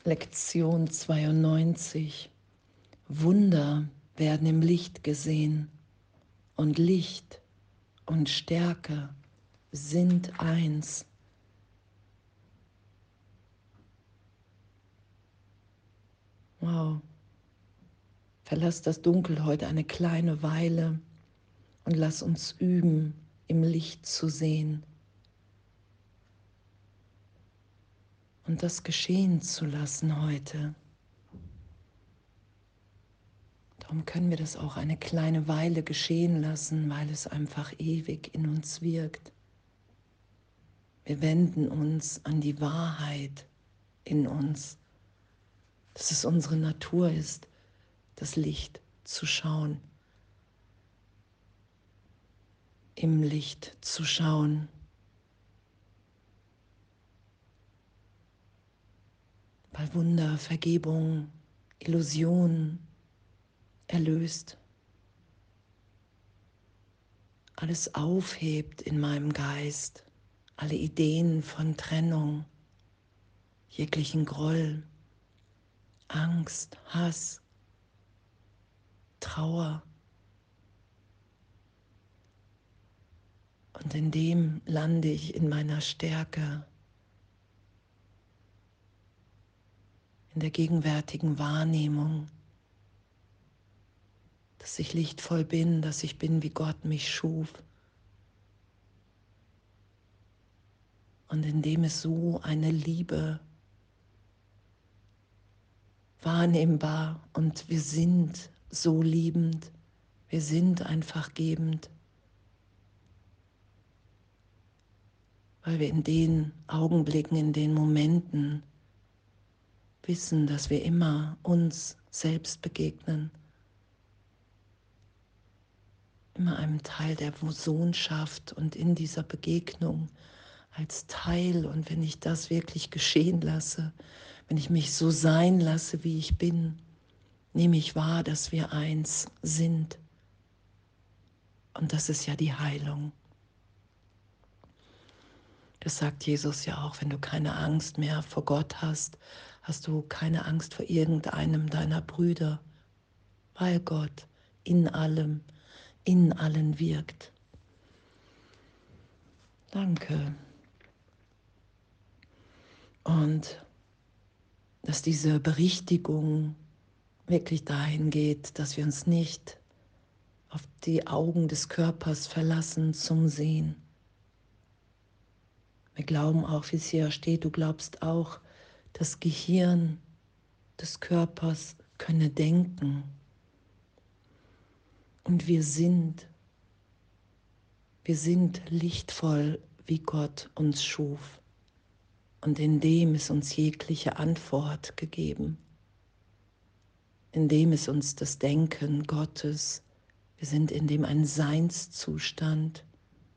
Lektion 92. Wunder werden im Licht gesehen und Licht und Stärke sind eins. Wow. Verlass das Dunkel heute eine kleine Weile und lass uns üben, im Licht zu sehen und das geschehen zu lassen heute. Darum können wir das auch eine kleine Weile geschehen lassen, weil es einfach ewig in uns wirkt. Wir wenden uns an die Wahrheit in uns, dass es unsere Natur ist, das Licht zu schauen, im Licht zu schauen. Weil Wunder, Vergebung, Illusion erlöst, alles aufhebt in meinem Geist, alle Ideen von Trennung, jeglichen Groll, Angst, Hass, Trauer. Und in dem lande ich in meiner Stärke, in der gegenwärtigen Wahrnehmung, dass ich lichtvoll bin, dass ich bin, wie Gott mich schuf. Und indem es so eine Liebe wahrnehmbar und wir sind so liebend, wir sind einfach gebend, weil wir in den Augenblicken, in den Momenten wissen, dass wir immer uns selbst begegnen, immer einem Teil der Sohnschaft und in dieser Begegnung als Teil. Und wenn ich das wirklich geschehen lasse, wenn ich mich so sein lasse, wie ich bin, nehme ich wahr, dass wir eins sind. Und das ist ja die Heilung. Das sagt Jesus ja auch, wenn du keine Angst mehr vor Gott hast, hast du keine Angst vor irgendeinem deiner Brüder, weil Gott in allem, in allen wirkt. Danke. Und dass diese Berichtigung wirklich dahin geht, dass wir uns nicht auf die Augen des Körpers verlassen zum Sehen. Wir glauben auch, wie es hier steht, du glaubst auch, das Gehirn des Körpers könne denken. Und wir sind lichtvoll, wie Gott uns schuf. Und in dem ist uns jegliche Antwort gegeben. In dem ist uns das Denken Gottes. Wir sind in dem ein Seinszustand.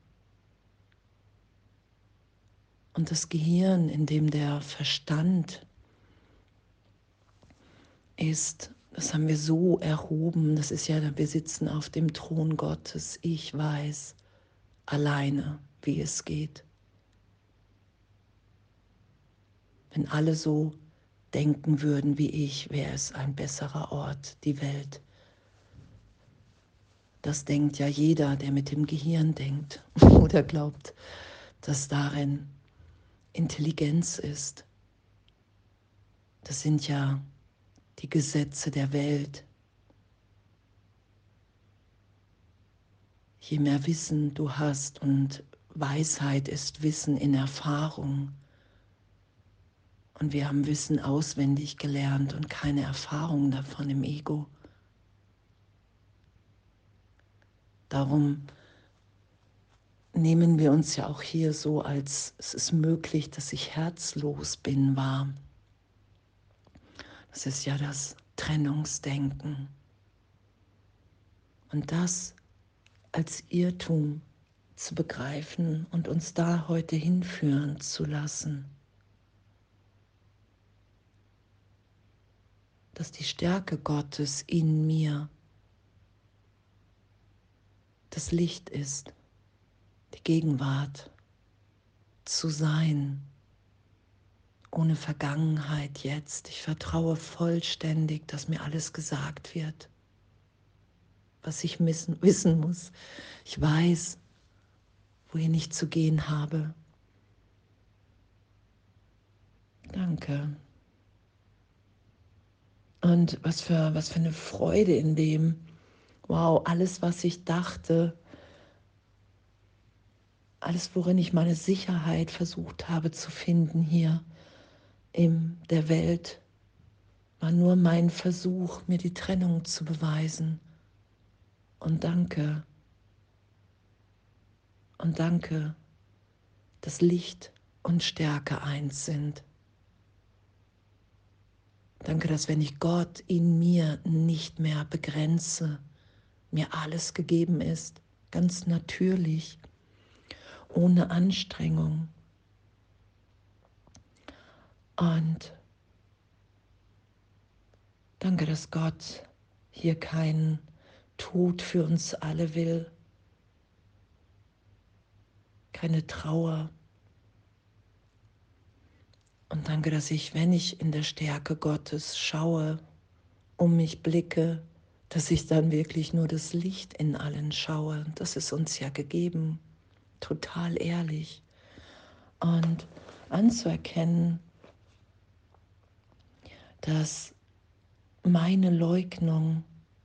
Und das Gehirn, in dem der Verstand ist, das haben wir so erhoben. Das ist ja, wir sitzen auf dem Thron Gottes. Ich weiß alleine, wie es geht. Wenn alle so denken würden wie ich, wäre es ein besserer Ort, die Welt. Das denkt ja jeder, der mit dem Gehirn denkt oder glaubt, dass darin Intelligenz ist. Das sind ja die Gesetze der Welt. Je mehr Wissen du hast, und Weisheit ist Wissen in Erfahrung, und wir haben Wissen auswendig gelernt und keine Erfahrung davon im Ego. Darum nehmen wir uns ja auch hier so, als es ist möglich, dass ich herzlos bin, wahr. Das ist ja das Trennungsdenken. Und das als Irrtum zu begreifen und uns da heute hinführen zu lassen. Dass die Stärke Gottes in mir das Licht ist, die Gegenwart zu sein ohne Vergangenheit jetzt. Ich vertraue vollständig, dass mir alles gesagt wird, was ich wissen muss. Ich weiß, wohin ich zu gehen habe. Danke. Und was für eine Freude in dem. Wow, alles, was ich dachte, alles, worin ich meine Sicherheit versucht habe zu finden hier in der Welt, war nur mein Versuch, mir die Trennung zu beweisen. Und danke, dass Licht und Stärke eins sind. Danke, dass wenn ich Gott in mir nicht mehr begrenze, mir alles gegeben ist, ganz natürlich, ohne Anstrengung. Und danke, dass Gott hier keinen Tod für uns alle will, keine Trauer. Und danke, dass ich, wenn ich in der Stärke Gottes schaue, um mich blicke, dass ich dann wirklich nur das Licht in allen schaue. Das ist uns ja gegeben, total ehrlich. Und anzuerkennen, dass meine Leugnung,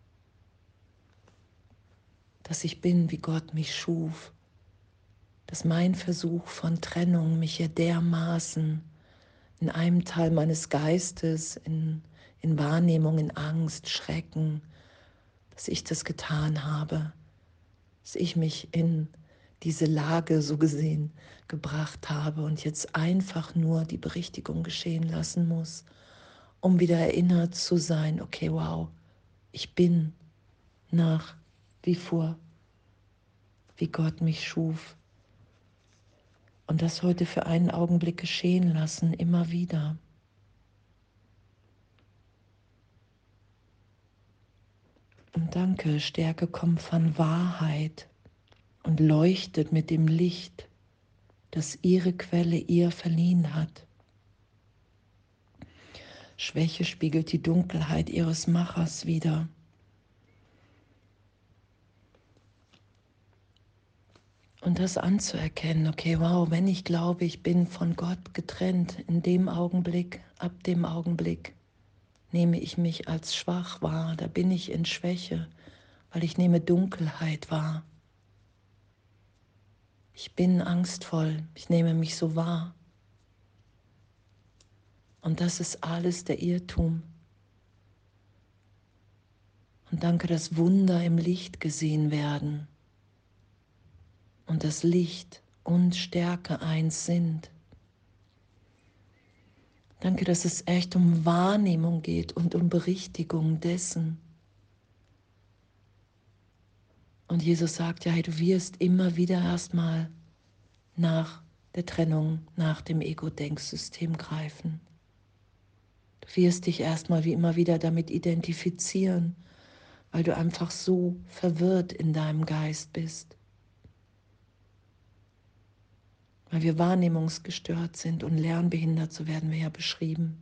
dass ich bin, wie Gott mich schuf, dass mein Versuch von Trennung mich ja dermaßen in einem Teil meines Geistes, in Wahrnehmung, in Angst, Schrecken, dass ich das getan habe, dass ich mich in diese Lage so gesehen gebracht habe und jetzt einfach nur die Berichtigung geschehen lassen muss, um wieder erinnert zu sein, okay, wow, ich bin nach wie vor, wie Gott mich schuf. Und das heute für einen Augenblick geschehen lassen, immer wieder. Und danke, Stärke kommt von Wahrheit und leuchtet mit dem Licht, das ihre Quelle ihr verliehen hat. Schwäche spiegelt die Dunkelheit ihres Machers wider. Und das anzuerkennen, okay, wow, wenn ich glaube, ich bin von Gott getrennt, in dem Augenblick, ab dem Augenblick, nehme ich mich als schwach wahr, da bin ich in Schwäche, weil ich nehme Dunkelheit wahr. Ich bin angstvoll, ich nehme mich so wahr. Und das ist alles der Irrtum. Und danke, dass Wunder im Licht gesehen werden und das Licht und Stärke eins sind. Danke, dass es echt um Wahrnehmung geht und um Berichtigung dessen. Und Jesus sagt ja, hey, du wirst immer wieder erstmal nach der Trennung, nach dem Ego-Denksystem greifen. Du wirst dich erstmal wie immer wieder damit identifizieren, weil du einfach so verwirrt in deinem Geist bist. Weil wir wahrnehmungsgestört sind und lernbehindert, so werden wir ja beschrieben.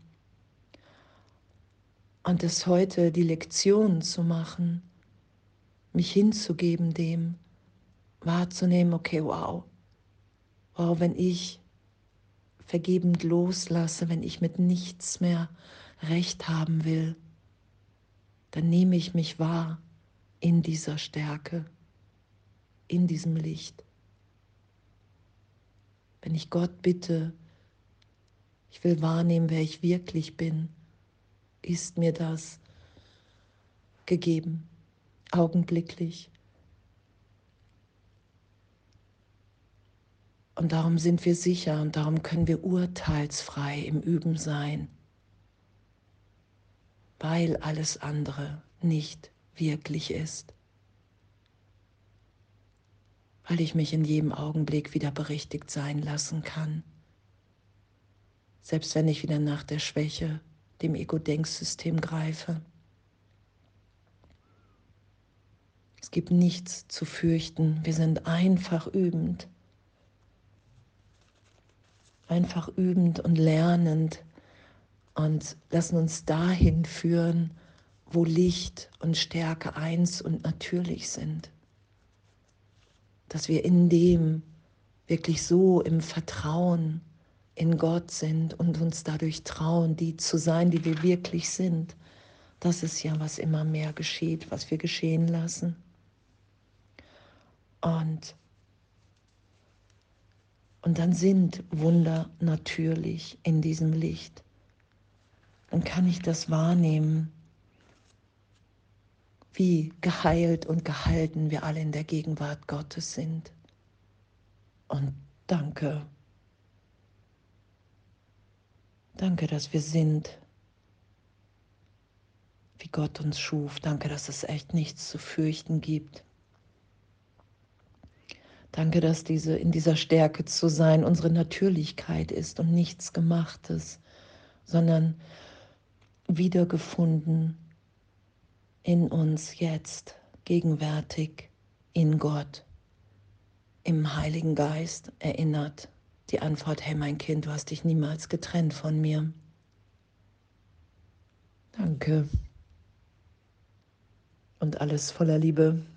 Und es heute die Lektion zu machen, mich hinzugeben dem, wahrzunehmen, okay, wow, wenn ich vergebend loslasse, wenn ich mit nichts mehr Recht haben will, dann nehme ich mich wahr in dieser Stärke, in diesem Licht. Wenn ich Gott bitte, ich will wahrnehmen, wer ich wirklich bin, ist mir das gegeben, augenblicklich. Und darum sind wir sicher und darum können wir urteilsfrei im Üben sein, weil alles andere nicht wirklich ist. Weil ich mich in jedem Augenblick wieder berichtigt sein lassen kann. Selbst wenn ich wieder nach der Schwäche, dem Ego-Denksystem greife. Es gibt nichts zu fürchten, wir sind einfach übend. einfach übend und lernend und lassen uns dahin führen, wo Licht und Stärke eins und natürlich sind. Dass wir in dem wirklich so im Vertrauen in Gott sind und uns dadurch trauen, die zu sein, die wir wirklich sind. Das ist ja, was immer mehr geschieht, was wir geschehen lassen. Und dann sind Wunder natürlich in diesem Licht. Dann kann ich das wahrnehmen, wie geheilt und gehalten wir alle in der Gegenwart Gottes sind. Und danke. Danke, dass wir sind, wie Gott uns schuf. Danke, dass es echt nichts zu fürchten gibt. Danke, dass in dieser Stärke zu sein unsere Natürlichkeit ist und nichts Gemachtes, sondern wiedergefunden in uns jetzt, gegenwärtig in Gott, im Heiligen Geist erinnert. Die Antwort: Hey mein Kind, du hast dich niemals getrennt von mir. Danke. Und alles voller Liebe.